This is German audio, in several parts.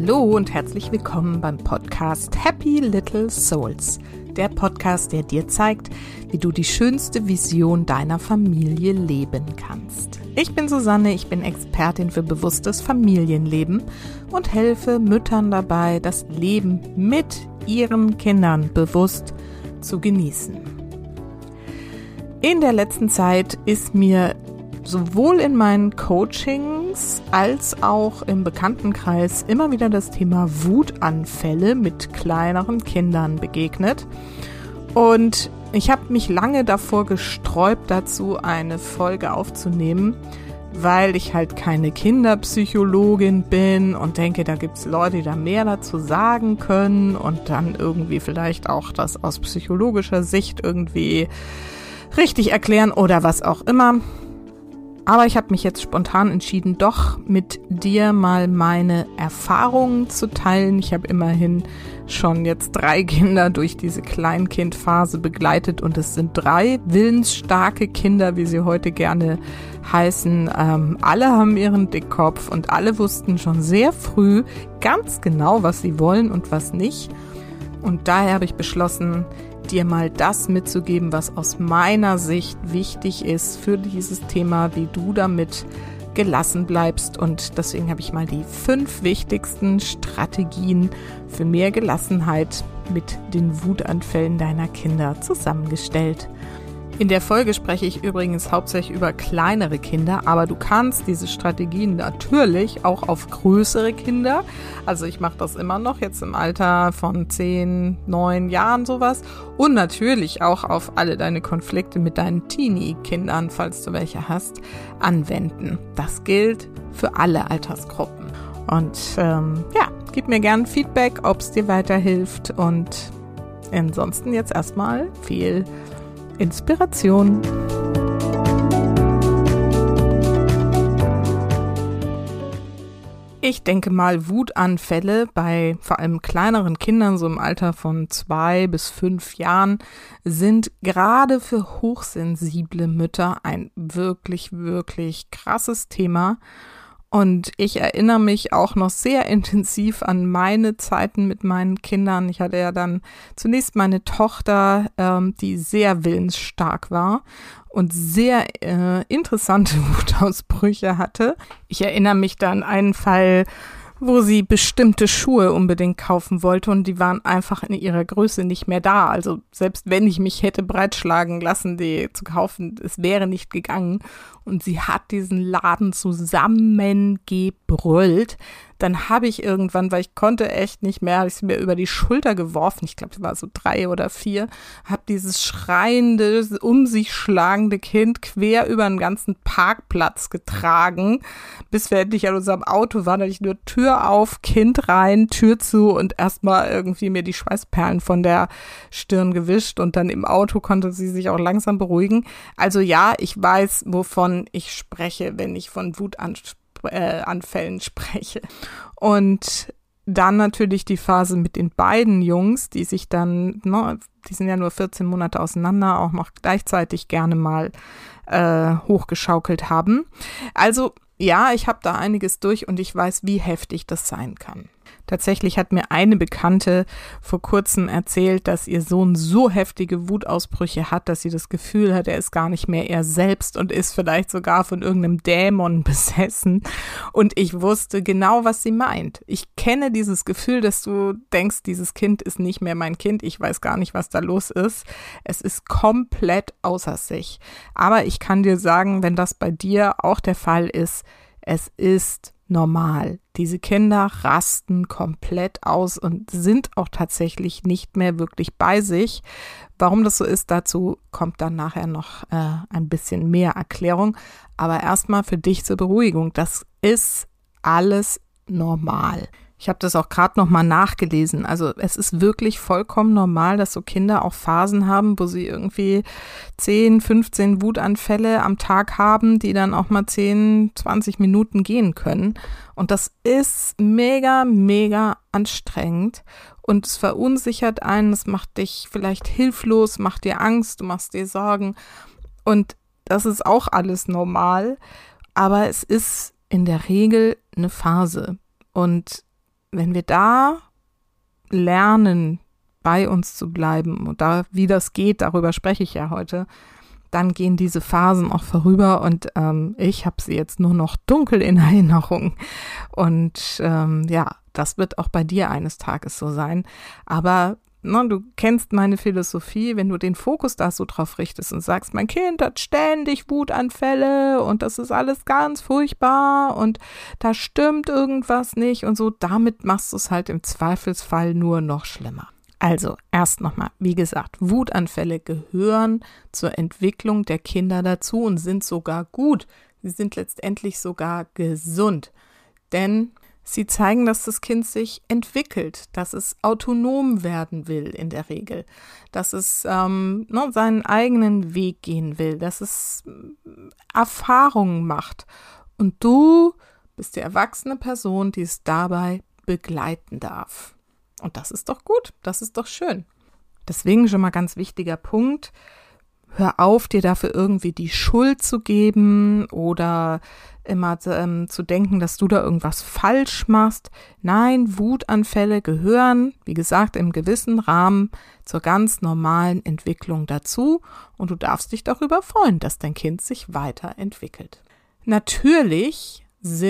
Hallo und herzlich willkommen beim Podcast Happy Little Souls. Der Podcast, der dir zeigt, wie du die schönste Vision deiner Familie leben kannst. Ich bin Susanne, ich bin Expertin für bewusstes Familienleben und helfe Müttern dabei, das Leben mit ihren Kindern bewusst zu genießen. In der letzten Zeit ist mir sowohl in meinen Coachings als auch im Bekanntenkreis immer wieder das Thema Wutanfälle mit kleineren Kindern begegnet. Und ich habe mich lange davor gesträubt, dazu eine Folge aufzunehmen, weil ich halt keine Kinderpsychologin bin und denke, da gibt es Leute, die da mehr dazu sagen können und dann irgendwie vielleicht auch das aus psychologischer Sicht irgendwie richtig erklären oder was auch immer. Aber ich habe mich jetzt spontan entschieden, doch mit dir mal meine Erfahrungen zu teilen. Ich habe immerhin schon jetzt 3 Kinder durch diese Kleinkindphase begleitet und es sind 3 willensstarke Kinder, wie sie heute gerne heißen. Alle haben ihren Dickkopf und alle wussten schon sehr früh ganz genau, was sie wollen und was nicht. Und daher habe ich beschlossen, dir mal das mitzugeben, was aus meiner Sicht wichtig ist für dieses Thema, wie du damit gelassen bleibst. Und deswegen habe ich mal die 5 wichtigsten Strategien für mehr Gelassenheit mit den Wutanfällen deiner Kinder zusammengestellt. In der Folge spreche ich übrigens hauptsächlich über kleinere Kinder, aber du kannst diese Strategien natürlich auch auf größere Kinder, also ich mache das immer noch jetzt im Alter von 10, 9 Jahren sowas und natürlich auch auf alle deine Konflikte mit deinen Teenie-Kindern, falls du welche hast, anwenden. Das gilt für alle Altersgruppen. Und gib mir gern Feedback, ob es dir weiterhilft und ansonsten jetzt erstmal viel Inspiration. Ich denke mal, Wutanfälle bei vor allem kleineren Kindern, so im Alter von 2 bis 5 Jahren, sind gerade für hochsensible Mütter ein wirklich, wirklich krasses Thema. Und ich erinnere mich auch noch sehr intensiv an meine Zeiten mit meinen Kindern. Ich hatte ja dann zunächst meine Tochter, die sehr willensstark war und sehr interessante Wutausbrüche hatte. Ich erinnere mich da an einen Fall, wo sie bestimmte Schuhe unbedingt kaufen wollte und die waren einfach in ihrer Größe nicht mehr da. Also selbst wenn ich mich hätte breitschlagen lassen, die zu kaufen, es wäre nicht gegangen. Und sie hat diesen Laden zusammengebrüllt. Dann habe ich irgendwann, weil ich konnte echt nicht mehr, habe ich sie mir über die Schulter geworfen. Ich glaube, es war so 3 oder 4. Habe dieses schreiende, um sich schlagende Kind quer über den ganzen Parkplatz getragen, bis wir endlich an unserem Auto waren. Da hatte ich nur Tür auf, Kind rein, Tür zu und erstmal irgendwie mir die Schweißperlen von der Stirn gewischt. Und dann im Auto konnte sie sich auch langsam beruhigen. Also ja, ich weiß, wovon ich spreche, wenn ich von Wutanfällen spreche. Und dann natürlich die Phase mit den beiden Jungs, die sich dann, die sind ja nur 14 Monate auseinander, auch noch gleichzeitig gerne mal hochgeschaukelt haben. Also ja, ich habe da einiges durch und ich weiß, wie heftig das sein kann. Tatsächlich hat mir eine Bekannte vor kurzem erzählt, dass ihr Sohn so heftige Wutausbrüche hat, dass sie das Gefühl hat, er ist gar nicht mehr er selbst und ist vielleicht sogar von irgendeinem Dämon besessen. Und ich wusste genau, was sie meint. Ich kenne dieses Gefühl, dass du denkst, dieses Kind ist nicht mehr mein Kind. Ich weiß gar nicht, was da los ist. Es ist komplett außer sich. Aber ich kann dir sagen, wenn das bei dir auch der Fall ist, es ist normal. Diese Kinder rasten komplett aus und sind auch tatsächlich nicht mehr wirklich bei sich. Warum das so ist, dazu kommt dann nachher noch ein bisschen mehr Erklärung. Aber erstmal für dich zur Beruhigung, das ist alles normal. Ich habe das auch gerade nochmal nachgelesen. Also es ist wirklich vollkommen normal, dass so Kinder auch Phasen haben, wo sie irgendwie 10, 15 Wutanfälle am Tag haben, die dann auch mal 10, 20 Minuten gehen können. Und das ist mega, mega anstrengend. Und es verunsichert einen, es macht dich vielleicht hilflos, macht dir Angst, du machst dir Sorgen. Und das ist auch alles normal. Aber es ist in der Regel eine Phase. Und wenn wir da lernen, bei uns zu bleiben und da, wie das geht, darüber spreche ich ja heute, dann gehen diese Phasen auch vorüber und ich habe sie jetzt nur noch dunkel in Erinnerung. Und das wird auch bei dir eines Tages so sein. Aber du kennst meine Philosophie, wenn du den Fokus da so drauf richtest und sagst, mein Kind hat ständig Wutanfälle und das ist alles ganz furchtbar und da stimmt irgendwas nicht und so, damit machst du es halt im Zweifelsfall nur noch schlimmer. Also erst nochmal, wie gesagt, Wutanfälle gehören zur Entwicklung der Kinder dazu und sind sogar gut. Sie sind letztendlich sogar gesund, denn sie zeigen, dass das Kind sich entwickelt, dass es autonom werden will in der Regel, dass es seinen eigenen Weg gehen will, dass es Erfahrungen macht. Und du bist die erwachsene Person, die es dabei begleiten darf. Und das ist doch gut, das ist doch schön. Deswegen schon mal ganz wichtiger Punkt, hör auf, dir dafür irgendwie die Schuld zu geben oder immer zu denken, dass du da irgendwas falsch machst. Nein, Wutanfälle gehören, wie gesagt, im gewissen Rahmen zur ganz normalen Entwicklung dazu und du darfst dich darüber freuen, dass dein Kind sich weiterentwickelt. Natürlich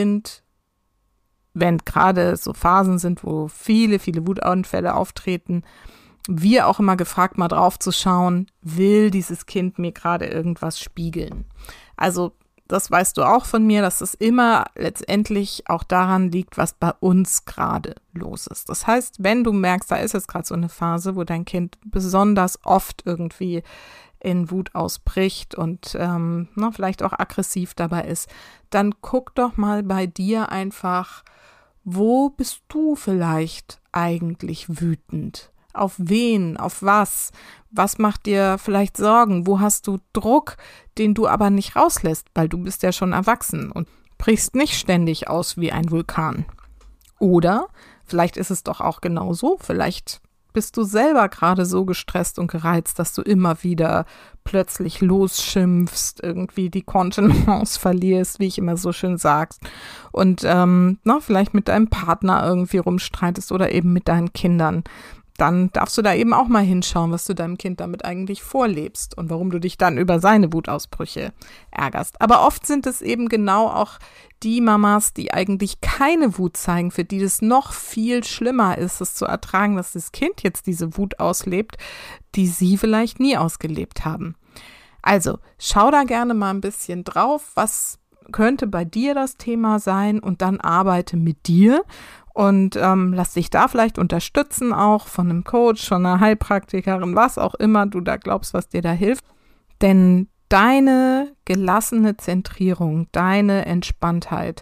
wenn gerade so Phasen sind, wo viele, viele Wutanfälle auftreten, wir auch immer gefragt, mal drauf zu schauen, will dieses Kind mir gerade irgendwas spiegeln? Also das weißt du auch von mir, dass es immer letztendlich auch daran liegt, was bei uns gerade los ist. Das heißt, wenn du merkst, da ist jetzt gerade so eine Phase, wo dein Kind besonders oft irgendwie in Wut ausbricht und vielleicht auch aggressiv dabei ist, dann guck doch mal bei dir einfach, wo bist du vielleicht eigentlich wütend? Auf wen? Auf was? Was macht dir vielleicht Sorgen? Wo hast du Druck, den du aber nicht rauslässt, weil du bist ja schon erwachsen und brichst nicht ständig aus wie ein Vulkan? Oder vielleicht ist es doch auch genauso, vielleicht bist du selber gerade so gestresst und gereizt, dass du immer wieder plötzlich losschimpfst, irgendwie die Kontenance verlierst, wie ich immer so schön sagst, und vielleicht mit deinem Partner irgendwie rumstreitest oder eben mit deinen Kindern. Dann darfst du da eben auch mal hinschauen, was du deinem Kind damit eigentlich vorlebst und warum du dich dann über seine Wutausbrüche ärgerst. Aber oft sind es eben genau auch die Mamas, die eigentlich keine Wut zeigen, für die das noch viel schlimmer ist, es zu ertragen, dass das Kind jetzt diese Wut auslebt, die sie vielleicht nie ausgelebt haben. Also schau da gerne mal ein bisschen drauf, was könnte bei dir das Thema sein und dann arbeite mit dir. Und lass dich da vielleicht unterstützen, auch von einem Coach, von einer Heilpraktikerin, was auch immer du da glaubst, was dir da hilft. Denn deine gelassene Zentrierung, deine Entspanntheit,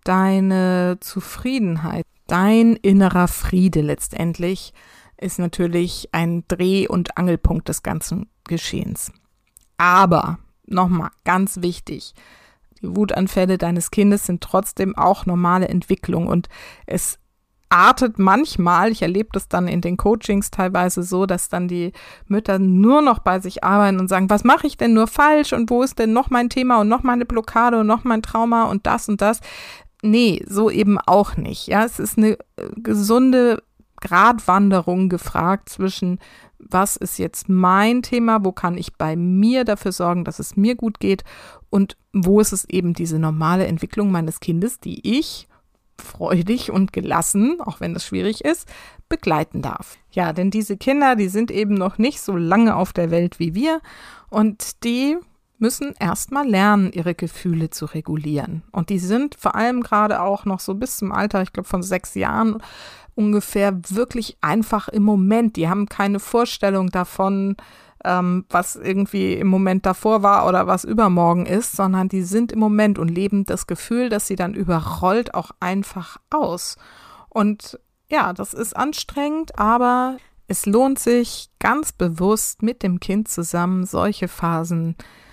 deine Zufriedenheit, dein innerer Friede letztendlich ist natürlich ein Dreh- und Angelpunkt des ganzen Geschehens. Aber, nochmal, ganz wichtig, die Wutanfälle deines Kindes sind trotzdem auch normale Entwicklung und es artet manchmal, ich erlebe das dann in den Coachings teilweise so, dass dann die Mütter nur noch bei sich arbeiten und sagen, was mache ich denn nur falsch und wo ist denn noch mein Thema und noch meine Blockade und noch mein Trauma und das und das. Nee, so eben auch nicht. Ja, es ist eine gesunde Gratwanderung gefragt zwischen, was ist jetzt mein Thema, wo kann ich bei mir dafür sorgen, dass es mir gut geht und wo ist es eben diese normale Entwicklung meines Kindes, die ich freudig und gelassen, auch wenn das schwierig ist, begleiten darf. Ja, denn diese Kinder, die sind eben noch nicht so lange auf der Welt wie wir und die müssen erstmal lernen, ihre Gefühle zu regulieren. Und die sind vor allem gerade auch noch so bis zum Alter, ich glaube von 6 Jahren ungefähr, wirklich einfach im Moment. Die haben keine Vorstellung davon, was irgendwie im Moment davor war oder was übermorgen ist, sondern die sind im Moment und leben das Gefühl, das sie dann überrollt, auch einfach aus. Und ja, das ist anstrengend, aber es lohnt sich ganz bewusst mit dem Kind zusammen solche Phasen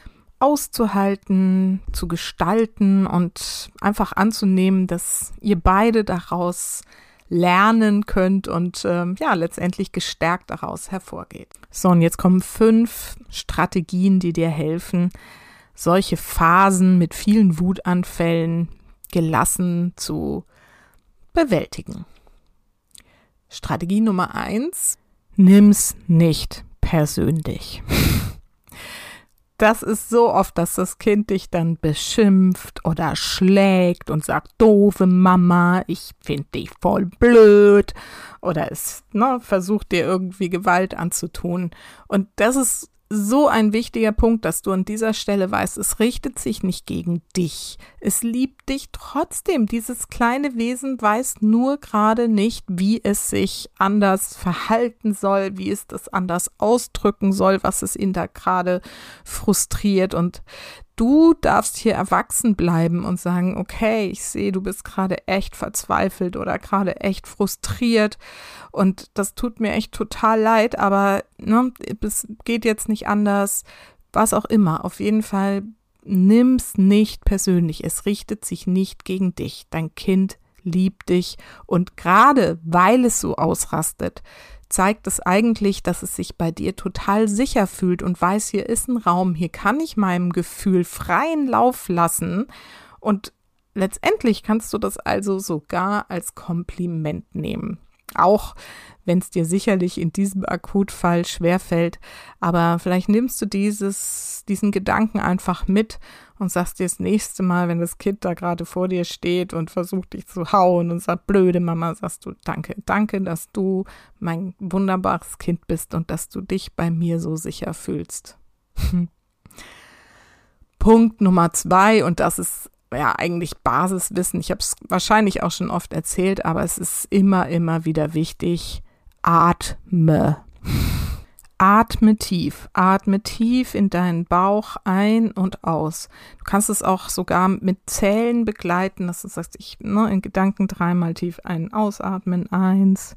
auszuhalten, zu gestalten und einfach anzunehmen, dass ihr beide daraus lernen könnt und letztendlich gestärkt daraus hervorgeht. So, und jetzt kommen 5 Strategien, die dir helfen, solche Phasen mit vielen Wutanfällen gelassen zu bewältigen. Strategie Nummer 1, nimm's nicht persönlich. Das ist so oft, dass das Kind dich dann beschimpft oder schlägt und sagt, doofe Mama, ich finde dich voll blöd, oder es versucht dir irgendwie Gewalt anzutun. Und das ist so ein wichtiger Punkt, dass du an dieser Stelle weißt, es richtet sich nicht gegen dich. Es liebt dich trotzdem. Dieses kleine Wesen weiß nur gerade nicht, wie es sich anders verhalten soll, wie es das anders ausdrücken soll, was es ihn da gerade frustriert. Und du darfst hier erwachsen bleiben und sagen, okay, ich sehe, du bist gerade echt verzweifelt oder gerade echt frustriert und das tut mir echt total leid, aber es geht jetzt nicht anders, was auch immer. Auf jeden Fall nimm's nicht persönlich, es richtet sich nicht gegen dich. Dein Kind liebt dich und gerade weil es so ausrastet, zeigt es eigentlich, dass es sich bei dir total sicher fühlt und weiß, hier ist ein Raum, hier kann ich meinem Gefühl freien Lauf lassen und letztendlich kannst du das also sogar als Kompliment nehmen. Auch wenn es dir sicherlich in diesem Akutfall schwerfällt, aber vielleicht nimmst du diesen Gedanken einfach mit und sagst dir das nächste Mal, wenn das Kind da gerade vor dir steht und versucht dich zu hauen und sagt, blöde Mama, sagst du, danke, dass du mein wunderbares Kind bist und dass du dich bei mir so sicher fühlst. Punkt Nummer 2, und das ist ja eigentlich Basiswissen, ich habe es wahrscheinlich auch schon oft erzählt, aber es ist immer wieder wichtig, atme. Atme tief in deinen Bauch ein und aus. Du kannst es auch sogar mit Zählen begleiten, dass du sagst, in Gedanken 3-mal tief ein- ausatmen, 1,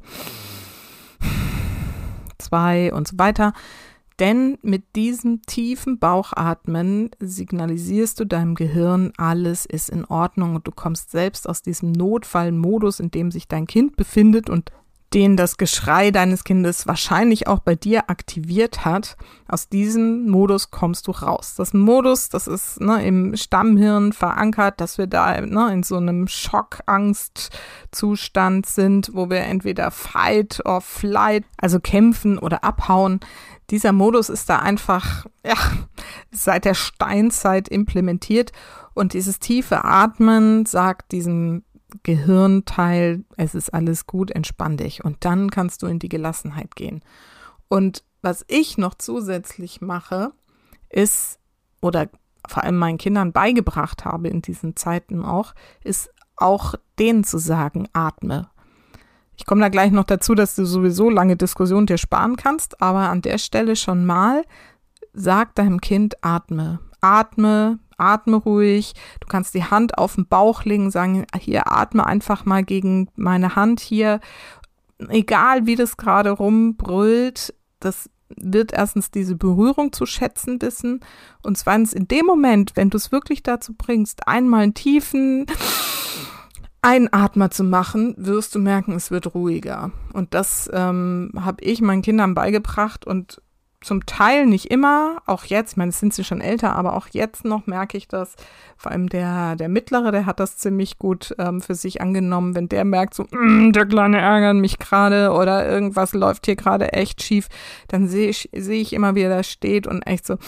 2 und so weiter. Denn mit diesem tiefen Bauchatmen signalisierst du deinem Gehirn, alles ist in Ordnung und du kommst selbst aus diesem Notfallmodus, in dem sich dein Kind befindet und den das Geschrei deines Kindes wahrscheinlich auch bei dir aktiviert hat. Aus diesem Modus kommst du raus. Das Modus, das ist im Stammhirn verankert, dass wir da in so einem Schock-Angst-Zustand sind, wo wir entweder Fight or Flight, also kämpfen oder abhauen. Dieser Modus ist da einfach seit der Steinzeit implementiert und dieses tiefe Atmen sagt diesem Gehirnteil, es ist alles gut, entspann dich und dann kannst du in die Gelassenheit gehen. Und was ich noch zusätzlich mache, ist, oder vor allem meinen Kindern beigebracht habe in diesen Zeiten auch, ist auch denen zu sagen, atme. Ich komme da gleich noch dazu, dass du sowieso lange Diskussionen dir sparen kannst, aber an der Stelle schon mal, sag deinem Kind, atme. Atme ruhig, du kannst die Hand auf den Bauch legen, sagen, hier atme einfach mal gegen meine Hand hier, egal wie das gerade rumbrüllt, das wird erstens diese Berührung zu schätzen wissen und zweitens in dem Moment, wenn du es wirklich dazu bringst, einmal einen tiefen Einatmer zu machen, wirst du merken, es wird ruhiger und das habe ich meinen Kindern beigebracht und zum Teil nicht immer, auch jetzt, ich meine, es sind sie schon älter, aber auch jetzt noch merke ich das, vor allem der Mittlere, der hat das ziemlich gut für sich angenommen, wenn der merkt so, der Kleine ärgert mich gerade oder irgendwas läuft hier gerade echt schief, dann sehe ich immer, wie er da steht und echt so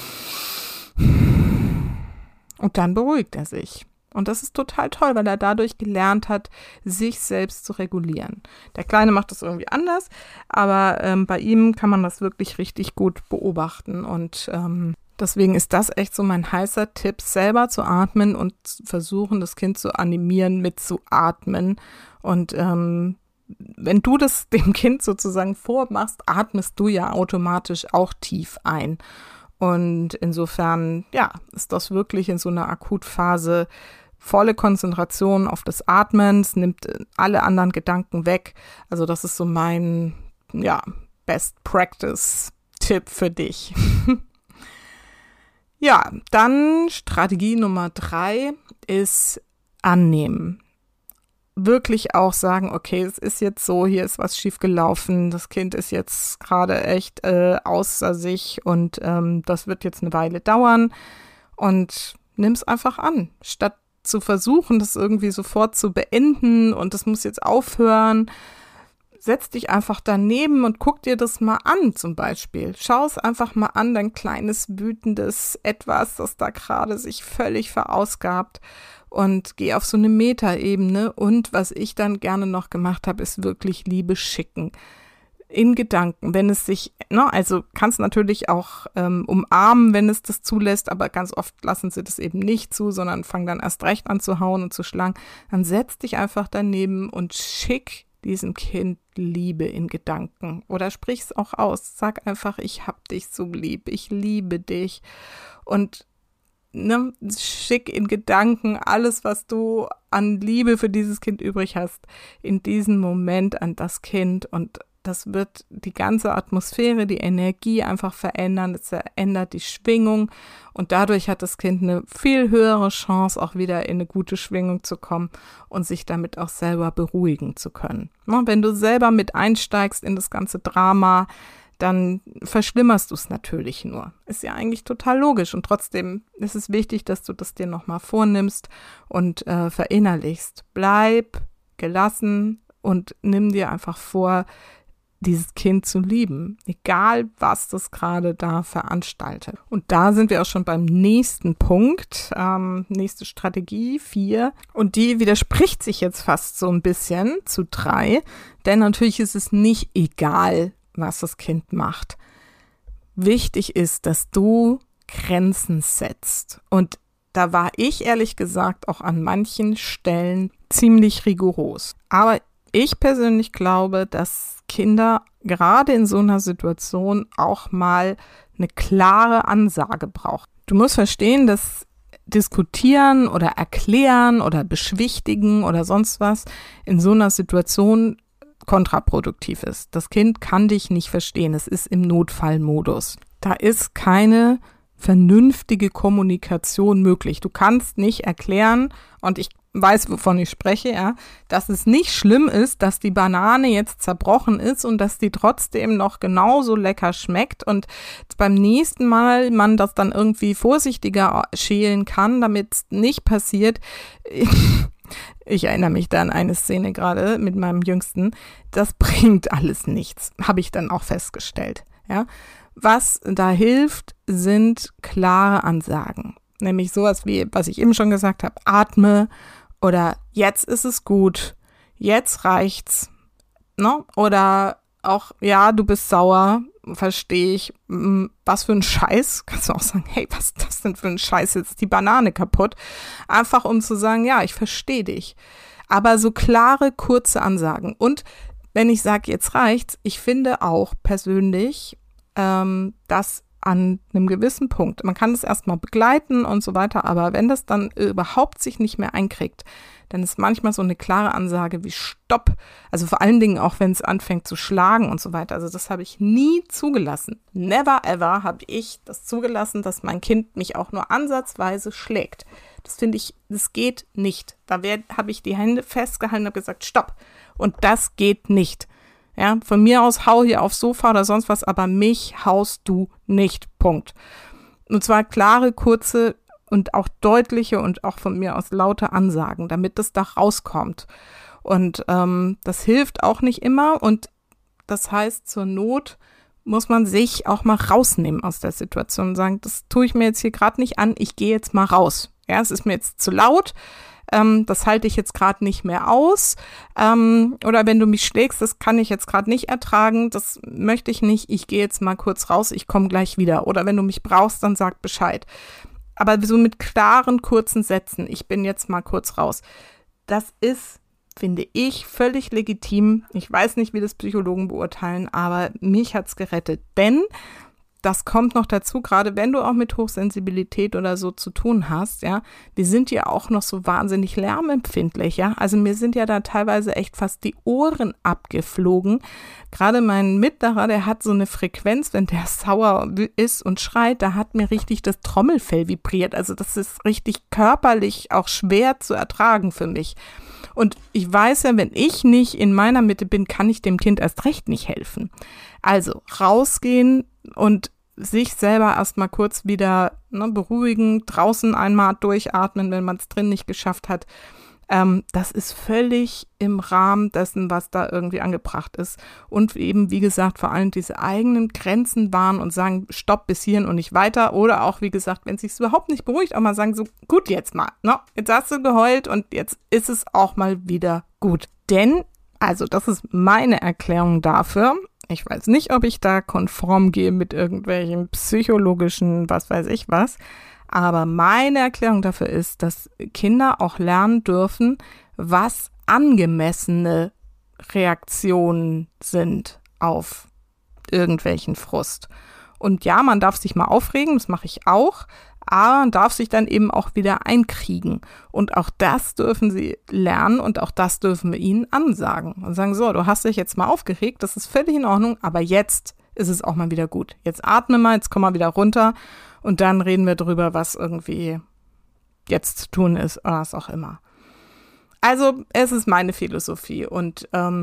und dann beruhigt er sich. Und das ist total toll, weil er dadurch gelernt hat, sich selbst zu regulieren. Der Kleine macht das irgendwie anders, aber bei ihm kann man das wirklich richtig gut beobachten. Und deswegen ist das echt so mein heißer Tipp, selber zu atmen und versuchen, das Kind zu animieren, mitzuatmen. Und wenn du das dem Kind sozusagen vormachst, atmest du ja automatisch auch tief ein. Und insofern, ist das wirklich in so einer Akutphase volle Konzentration auf das Atmen, es nimmt alle anderen Gedanken weg. Also das ist so mein, Best Practice-Tipp für dich. Ja, dann Strategie Nummer 3 ist annehmen. Wirklich auch sagen, okay, es ist jetzt so, hier ist was schiefgelaufen, das Kind ist jetzt gerade echt außer sich und das wird jetzt eine Weile dauern und nimm es einfach an, statt zu versuchen, das irgendwie sofort zu beenden und das muss jetzt aufhören. setz dich einfach daneben und guck dir das mal an zum Beispiel. Schau es einfach mal an, dein kleines, wütendes Etwas, das da gerade sich völlig verausgabt, und geh auf so eine Metaebene. Und was ich dann gerne noch gemacht habe, ist wirklich Liebe schicken. In Gedanken, wenn es sich, also kannst natürlich auch umarmen, wenn es das zulässt, aber ganz oft lassen sie das eben nicht zu, sondern fangen dann erst recht an zu hauen und zu schlagen. Dann setz dich einfach daneben und schick diesem Kind Liebe in Gedanken. Oder sprich's auch aus. Sag einfach, ich hab dich so lieb, ich liebe dich. Und schick in Gedanken alles, was du an Liebe für dieses Kind übrig hast, in diesem Moment an das Kind, und das wird die ganze Atmosphäre, die Energie einfach verändern. Es verändert die Schwingung, und dadurch hat das Kind eine viel höhere Chance, auch wieder in eine gute Schwingung zu kommen und sich damit auch selber beruhigen zu können. Wenn du selber mit einsteigst in das ganze Drama, dann verschlimmerst du es natürlich nur. Ist ja eigentlich total logisch, und trotzdem ist es wichtig, dass du das dir nochmal vornimmst und verinnerlichst. Bleib gelassen und nimm dir einfach vor, dieses Kind zu lieben, egal was das gerade da veranstaltet. Und da sind wir auch schon beim nächsten Punkt, nächste Strategie 4. Und die widerspricht sich jetzt fast so ein bisschen zu 3, denn natürlich ist es nicht egal, was das Kind macht. Wichtig ist, dass du Grenzen setzt. Und da war ich ehrlich gesagt auch an manchen Stellen ziemlich rigoros. Aber ich persönlich glaube, dass Kinder gerade in so einer Situation auch mal eine klare Ansage brauchen. Du musst verstehen, dass Diskutieren oder Erklären oder Beschwichtigen oder sonst was in so einer Situation kontraproduktiv ist. Das Kind kann dich nicht verstehen. Es ist im Notfallmodus. Da ist keine vernünftige Kommunikation möglich. Du kannst nicht erklären, und ich weiß, wovon ich spreche, ja, dass es nicht schlimm ist, dass die Banane jetzt zerbrochen ist und dass die trotzdem noch genauso lecker schmeckt und beim nächsten Mal man das dann irgendwie vorsichtiger schälen kann, damit es nicht passiert. Ich erinnere mich da an eine Szene gerade mit meinem Jüngsten. Das bringt alles nichts, habe ich dann auch festgestellt. Ja. Was da hilft, sind klare Ansagen. Nämlich sowas wie, was ich eben schon gesagt habe, atme oder jetzt ist es gut, jetzt reicht's. Ne? Oder auch, ja, du bist sauer, verstehe ich, was für ein Scheiß. Kannst du auch sagen, hey, was ist das denn für ein Scheiß, jetzt ist die Banane kaputt. Einfach um zu sagen, ja, ich verstehe dich. Aber so klare, kurze Ansagen. Und wenn ich sage, jetzt reicht's, ich finde auch persönlich, dass an einem gewissen Punkt, man kann das erstmal begleiten und so weiter, aber wenn das dann überhaupt sich nicht mehr einkriegt, dann ist manchmal so eine klare Ansage wie Stopp. Also vor allen Dingen auch, wenn es anfängt zu schlagen und so weiter. Also das habe ich nie zugelassen. Never ever habe ich das zugelassen, dass mein Kind mich auch nur ansatzweise schlägt. Das finde ich, das geht nicht. Da habe ich die Hände festgehalten und habe gesagt, Stopp. Und das geht nicht. Ja, von mir aus hau hier aufs Sofa oder sonst was, aber mich haust du nicht. Punkt. Und zwar klare, kurze und auch deutliche und auch von mir aus laute Ansagen, damit das da rauskommt. Und das hilft auch nicht immer. Und das heißt, zur Not muss man sich auch mal rausnehmen aus der Situation und sagen, das tue ich mir jetzt hier gerade nicht an, ich gehe jetzt mal raus. Ja, es ist mir jetzt zu laut. Das halte ich jetzt gerade nicht mehr aus. Oder wenn du mich schlägst, das kann ich jetzt gerade nicht ertragen, das möchte ich nicht, ich gehe jetzt mal kurz raus, ich komme gleich wieder. Oder wenn du mich brauchst, dann sag Bescheid. Aber so mit klaren, kurzen Sätzen, ich bin jetzt mal kurz raus. Das ist, finde ich, völlig legitim. Ich weiß nicht, wie das Psychologen beurteilen, aber mich hat's gerettet. Denn das kommt noch dazu, gerade wenn du auch mit Hochsensibilität oder so zu tun hast, ja, die sind ja auch noch so wahnsinnig lärmempfindlich, ja. Also mir sind ja da teilweise echt fast die Ohren abgeflogen. Gerade mein Mittlerer, der hat so eine Frequenz, wenn der sauer ist und schreit, da hat mir richtig das Trommelfell vibriert. Also das ist richtig körperlich auch schwer zu ertragen für mich. Und ich weiß ja, wenn ich nicht in meiner Mitte bin, kann ich dem Kind erst recht nicht helfen. Also rausgehen und sich selber erstmal kurz wieder beruhigen, draußen einmal durchatmen, wenn man es drin nicht geschafft hat. Das ist völlig im Rahmen dessen, was da irgendwie angebracht ist. Und eben, wie gesagt, vor allem diese eigenen Grenzen wahren und sagen, stopp bis hierhin und nicht weiter. Oder auch, wie gesagt, wenn es sich überhaupt nicht beruhigt, auch mal sagen, so gut jetzt mal. No, jetzt hast du geheult und jetzt ist es auch mal wieder gut. Denn, also das ist meine Erklärung dafür. Ich weiß nicht, ob ich da konform gehe mit irgendwelchen psychologischen, was weiß ich was. Aber meine Erklärung dafür ist, dass Kinder auch lernen dürfen, was angemessene Reaktionen sind auf irgendwelchen Frust. Und ja, man darf sich mal aufregen, das mache ich auch, aber man darf sich dann eben auch wieder einkriegen. Und auch das dürfen sie lernen und auch das dürfen wir ihnen ansagen. Und sagen, so, du hast dich jetzt mal aufgeregt, das ist völlig in Ordnung, aber jetzt ist es auch mal wieder gut. Jetzt atme mal, jetzt komm mal wieder runter. Und dann reden wir drüber, was irgendwie jetzt zu tun ist oder was auch immer. Also es ist meine Philosophie und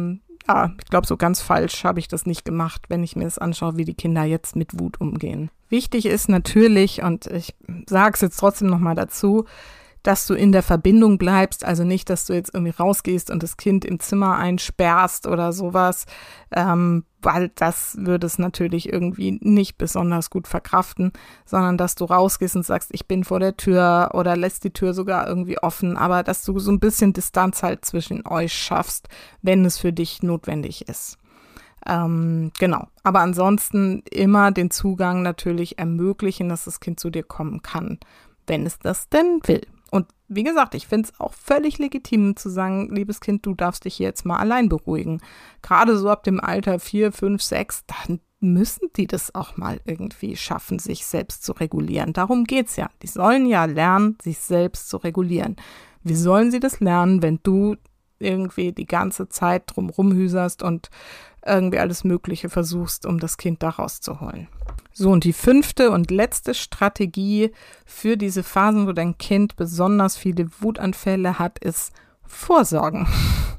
ich glaube, so ganz falsch habe ich das nicht gemacht, wenn ich mir das anschaue, wie die Kinder jetzt mit Wut umgehen. Wichtig ist natürlich, und ich sage es jetzt trotzdem nochmal dazu, dass du in der Verbindung bleibst, also nicht, dass du jetzt irgendwie rausgehst und das Kind im Zimmer einsperrst oder sowas, weil das würde es natürlich irgendwie nicht besonders gut verkraften, sondern dass du rausgehst und sagst, ich bin vor der Tür oder lässt die Tür sogar irgendwie offen, aber dass du so ein bisschen Distanz halt zwischen euch schaffst, wenn es für dich notwendig ist. Genau, aber ansonsten immer den Zugang natürlich ermöglichen, dass das Kind zu dir kommen kann, wenn es das denn will. Und wie gesagt, ich finde es auch völlig legitim zu sagen, liebes Kind, du darfst dich jetzt mal allein beruhigen. Gerade so ab dem Alter 4, 5, 6, dann müssen die das auch mal irgendwie schaffen, sich selbst zu regulieren. Darum geht's ja. Die sollen ja lernen, sich selbst zu regulieren. Wie sollen sie das lernen, wenn du irgendwie die ganze Zeit drum rumhüserst und irgendwie alles Mögliche versuchst, um das Kind da rauszuholen? So, und die 5. und letzte Strategie für diese Phasen, wo dein Kind besonders viele Wutanfälle hat, ist Vorsorgen.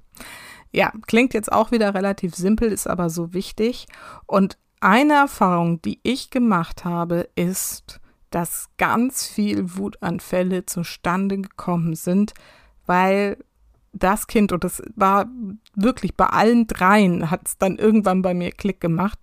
Ja, klingt jetzt auch wieder relativ simpel, ist aber so wichtig. Und eine Erfahrung, die ich gemacht habe, ist, dass ganz viel Wutanfälle zustande gekommen sind, weil das Kind, und das war wirklich bei allen dreien, hat es dann irgendwann bei mir Klick gemacht,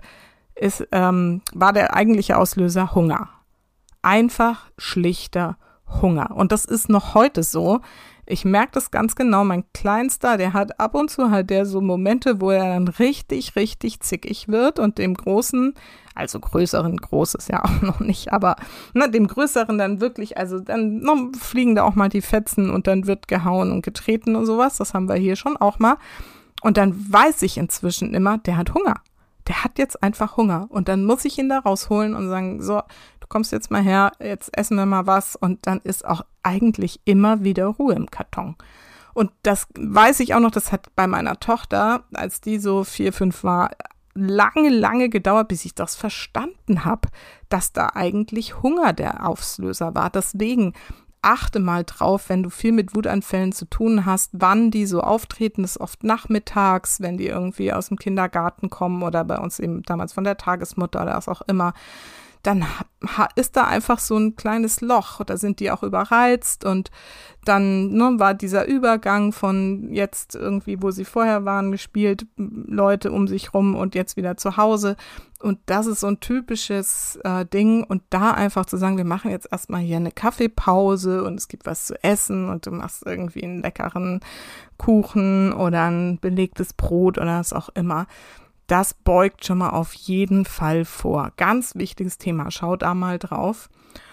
war der eigentliche Auslöser Hunger. Einfach schlichter Hunger. Und das ist noch heute so. Ich merke das ganz genau. Mein Kleinster, der hat ab und zu halt so Momente, wo er dann richtig, richtig zickig wird und dem Großen, also größeren, Großes ja auch noch nicht, aber dem Größeren dann wirklich, also dann fliegen da auch mal die Fetzen und dann wird gehauen und getreten und sowas. Das haben wir hier schon auch mal. Und dann weiß ich inzwischen immer, der hat Hunger. Der hat jetzt einfach Hunger und dann muss ich ihn da rausholen und sagen, so, du kommst jetzt mal her, jetzt essen wir mal was und dann ist auch eigentlich immer wieder Ruhe im Karton. Und das weiß ich auch noch, das hat bei meiner Tochter, als die so 4, 5 war, lange, lange gedauert, bis ich das verstanden habe, dass da eigentlich Hunger der Auslöser war. Deswegen achte mal drauf, wenn du viel mit Wutanfällen zu tun hast, wann die so auftreten. Das ist oft nachmittags, wenn die irgendwie aus dem Kindergarten kommen oder bei uns eben damals von der Tagesmutter oder was auch immer. Dann ist da einfach so ein kleines Loch. Da sind die auch überreizt und dann war dieser Übergang von jetzt irgendwie, wo sie vorher waren, gespielt, Leute um sich rum und jetzt wieder zu Hause. Und das ist so ein typisches Ding. Und da einfach zu sagen, wir machen jetzt erstmal hier eine Kaffeepause und es gibt was zu essen und du machst irgendwie einen leckeren Kuchen oder ein belegtes Brot oder was auch immer. Das beugt schon mal auf jeden Fall vor. Ganz wichtiges Thema. Schau da mal drauf.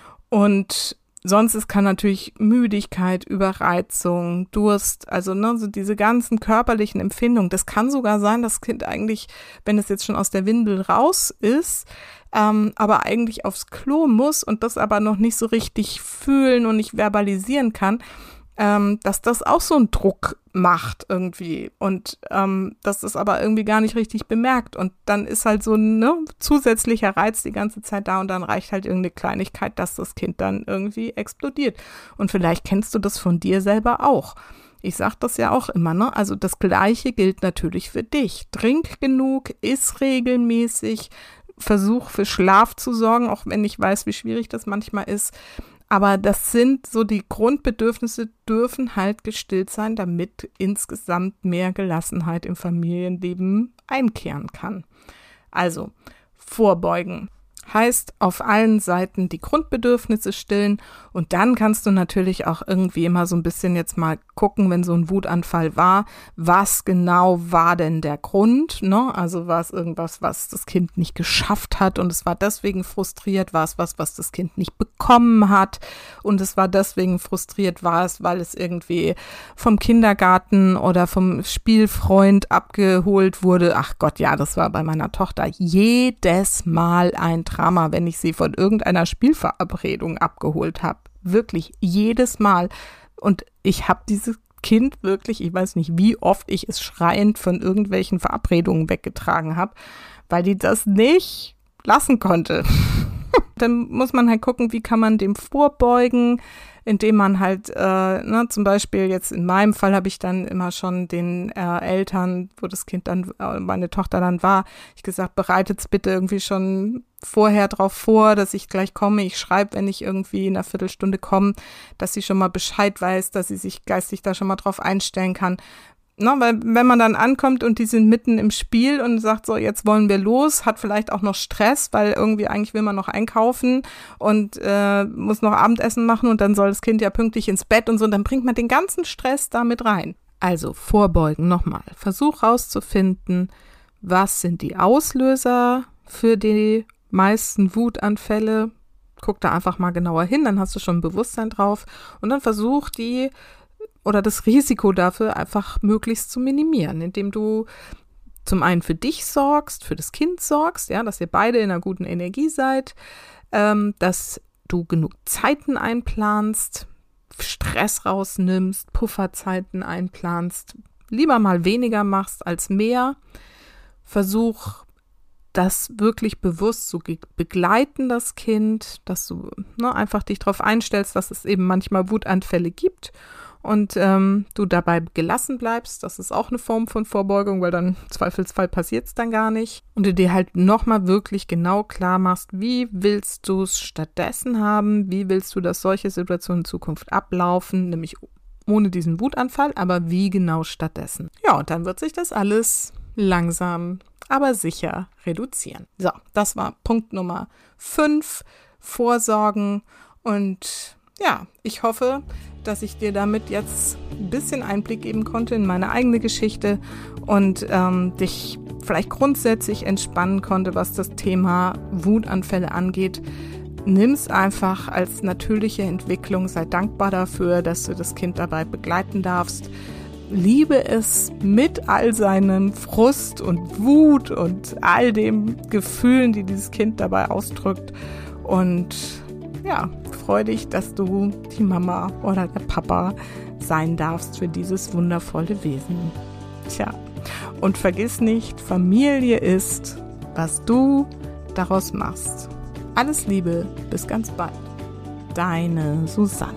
Und sonst kann natürlich Müdigkeit, Überreizung, Durst, also so diese ganzen körperlichen Empfindungen. Das kann sogar sein, dass das Kind eigentlich, wenn es jetzt schon aus der Windel raus ist, aber eigentlich aufs Klo muss und das aber noch nicht so richtig fühlen und nicht verbalisieren kann, dass das auch so einen Druck macht irgendwie und dass das aber irgendwie gar nicht richtig bemerkt und dann ist halt so ein zusätzlicher Reiz die ganze Zeit da und dann reicht halt irgendeine Kleinigkeit, dass das Kind dann irgendwie explodiert und vielleicht kennst du das von dir selber auch. Ich sag das ja auch immer, also das Gleiche gilt natürlich für dich. Trink genug, iss regelmäßig, versuch für Schlaf zu sorgen, auch wenn ich weiß, wie schwierig das manchmal ist. Aber das sind so die Grundbedürfnisse, dürfen halt gestillt sein, damit insgesamt mehr Gelassenheit im Familienleben einkehren kann. Also vorbeugen. Heißt, auf allen Seiten die Grundbedürfnisse stillen und dann kannst du natürlich auch irgendwie immer so ein bisschen jetzt mal gucken, wenn so ein Wutanfall war, was genau war denn der Grund, ne? Also war es irgendwas, was das Kind nicht geschafft hat und es war deswegen frustriert, war es was das Kind nicht bekommen hat und es war deswegen frustriert, war es, weil es irgendwie vom Kindergarten oder vom Spielfreund abgeholt wurde. Ach Gott, ja, das war bei meiner Tochter jedes Mal ein Drama, wenn ich sie von irgendeiner Spielverabredung abgeholt habe. Wirklich jedes Mal. Und ich habe dieses Kind wirklich, ich weiß nicht, wie oft ich es schreiend von irgendwelchen Verabredungen weggetragen habe, weil die das nicht lassen konnte. Dann muss man halt gucken, wie kann man dem vorbeugen, indem man halt, zum Beispiel jetzt in meinem Fall habe ich dann immer schon den Eltern, wo das Kind dann, meine Tochter dann war, ich gesagt, bereitet's bitte irgendwie schon vorher drauf vor, dass ich gleich komme. Ich schreibe, wenn ich irgendwie in einer Viertelstunde komme, dass sie schon mal Bescheid weiß, dass sie sich geistig da schon mal drauf einstellen kann. No, weil wenn man dann ankommt und die sind mitten im Spiel und sagt so, jetzt wollen wir los, hat vielleicht auch noch Stress, weil irgendwie eigentlich will man noch einkaufen und muss noch Abendessen machen und dann soll das Kind ja pünktlich ins Bett und so, und dann bringt man den ganzen Stress da mit rein. Also vorbeugen nochmal. Versuch rauszufinden, was sind die Auslöser für die meisten Wutanfälle. Guck da einfach mal genauer hin, dann hast du schon ein Bewusstsein drauf und dann versuch das Risiko dafür einfach möglichst zu minimieren, indem du zum einen für dich sorgst, für das Kind sorgst, ja, dass ihr beide in einer guten Energie seid, dass du genug Zeiten einplanst, Stress rausnimmst, Pufferzeiten einplanst, lieber mal weniger machst als mehr. Versuch das wirklich bewusst zu begleiten, das Kind, dass du einfach dich darauf einstellst, dass es eben manchmal Wutanfälle gibt und du dabei gelassen bleibst. Das ist auch eine Form von Vorbeugung, weil dann im Zweifelsfall passiert es dann gar nicht. Und du dir halt nochmal wirklich genau klar machst, wie willst du es stattdessen haben, wie willst du, dass solche Situationen in Zukunft ablaufen, nämlich ohne diesen Wutanfall, aber wie genau stattdessen. Ja, und dann wird sich das alles langsam, aber sicher reduzieren. So, das war Punkt Nummer 5, Vorsorgen. Und ja, ich hoffe, dass ich dir damit jetzt ein bisschen Einblick geben konnte in meine eigene Geschichte und dich vielleicht grundsätzlich entspannen konnte, was das Thema Wutanfälle angeht. Nimm's einfach als natürliche Entwicklung, sei dankbar dafür, dass du das Kind dabei begleiten darfst. Liebe es mit all seinem Frust und Wut und all den Gefühlen, die dieses Kind dabei ausdrückt. Und ja, freu dich, dass du die Mama oder der Papa sein darfst für dieses wundervolle Wesen. Tja, und vergiss nicht, Familie ist, was du daraus machst. Alles Liebe, bis ganz bald. Deine Susanne.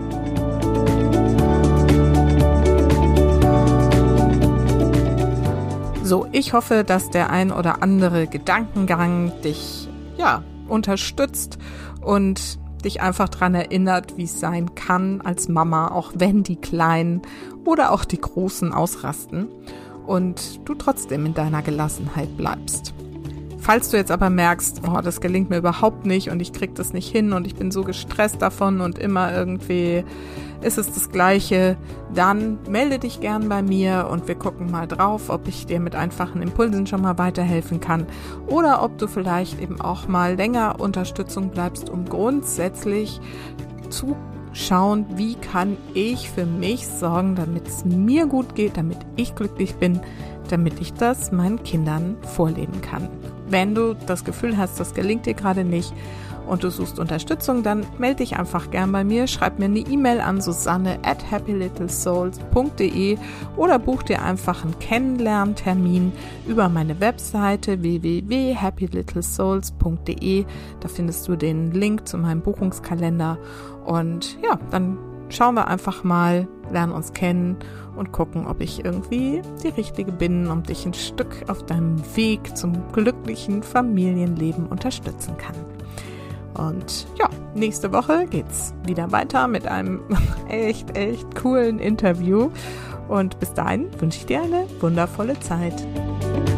So, ich hoffe, dass der ein oder andere Gedankengang dich unterstützt und dich einfach daran erinnert, wie es sein kann als Mama, auch wenn die Kleinen oder auch die Großen ausrasten und du trotzdem in deiner Gelassenheit bleibst. Falls du jetzt aber merkst, das gelingt mir überhaupt nicht und ich krieg das nicht hin und ich bin so gestresst davon und immer irgendwie ist es das Gleiche, dann melde dich gern bei mir und wir gucken mal drauf, ob ich dir mit einfachen Impulsen schon mal weiterhelfen kann oder ob du vielleicht eben auch mal länger Unterstützung bleibst, um grundsätzlich zu schauen, wie kann ich für mich sorgen, damit es mir gut geht, damit ich glücklich bin, damit ich das meinen Kindern vorleben kann. Wenn du das Gefühl hast, das gelingt dir gerade nicht und du suchst Unterstützung, dann melde dich einfach gern bei mir, schreib mir eine E-Mail an susanne@happylittlesouls.de oder buch dir einfach einen Kennenlerntermin über meine Webseite www.happylittlesouls.de. Da findest du den Link zu meinem Buchungskalender und ja, dann schauen wir einfach mal, lernen uns kennen und gucken, ob ich irgendwie die Richtige bin, um dich ein Stück auf deinem Weg zum glücklichen Familienleben unterstützen kann. Und ja, nächste Woche geht's wieder weiter mit einem echt coolen Interview. Und bis dahin wünsche ich dir eine wundervolle Zeit.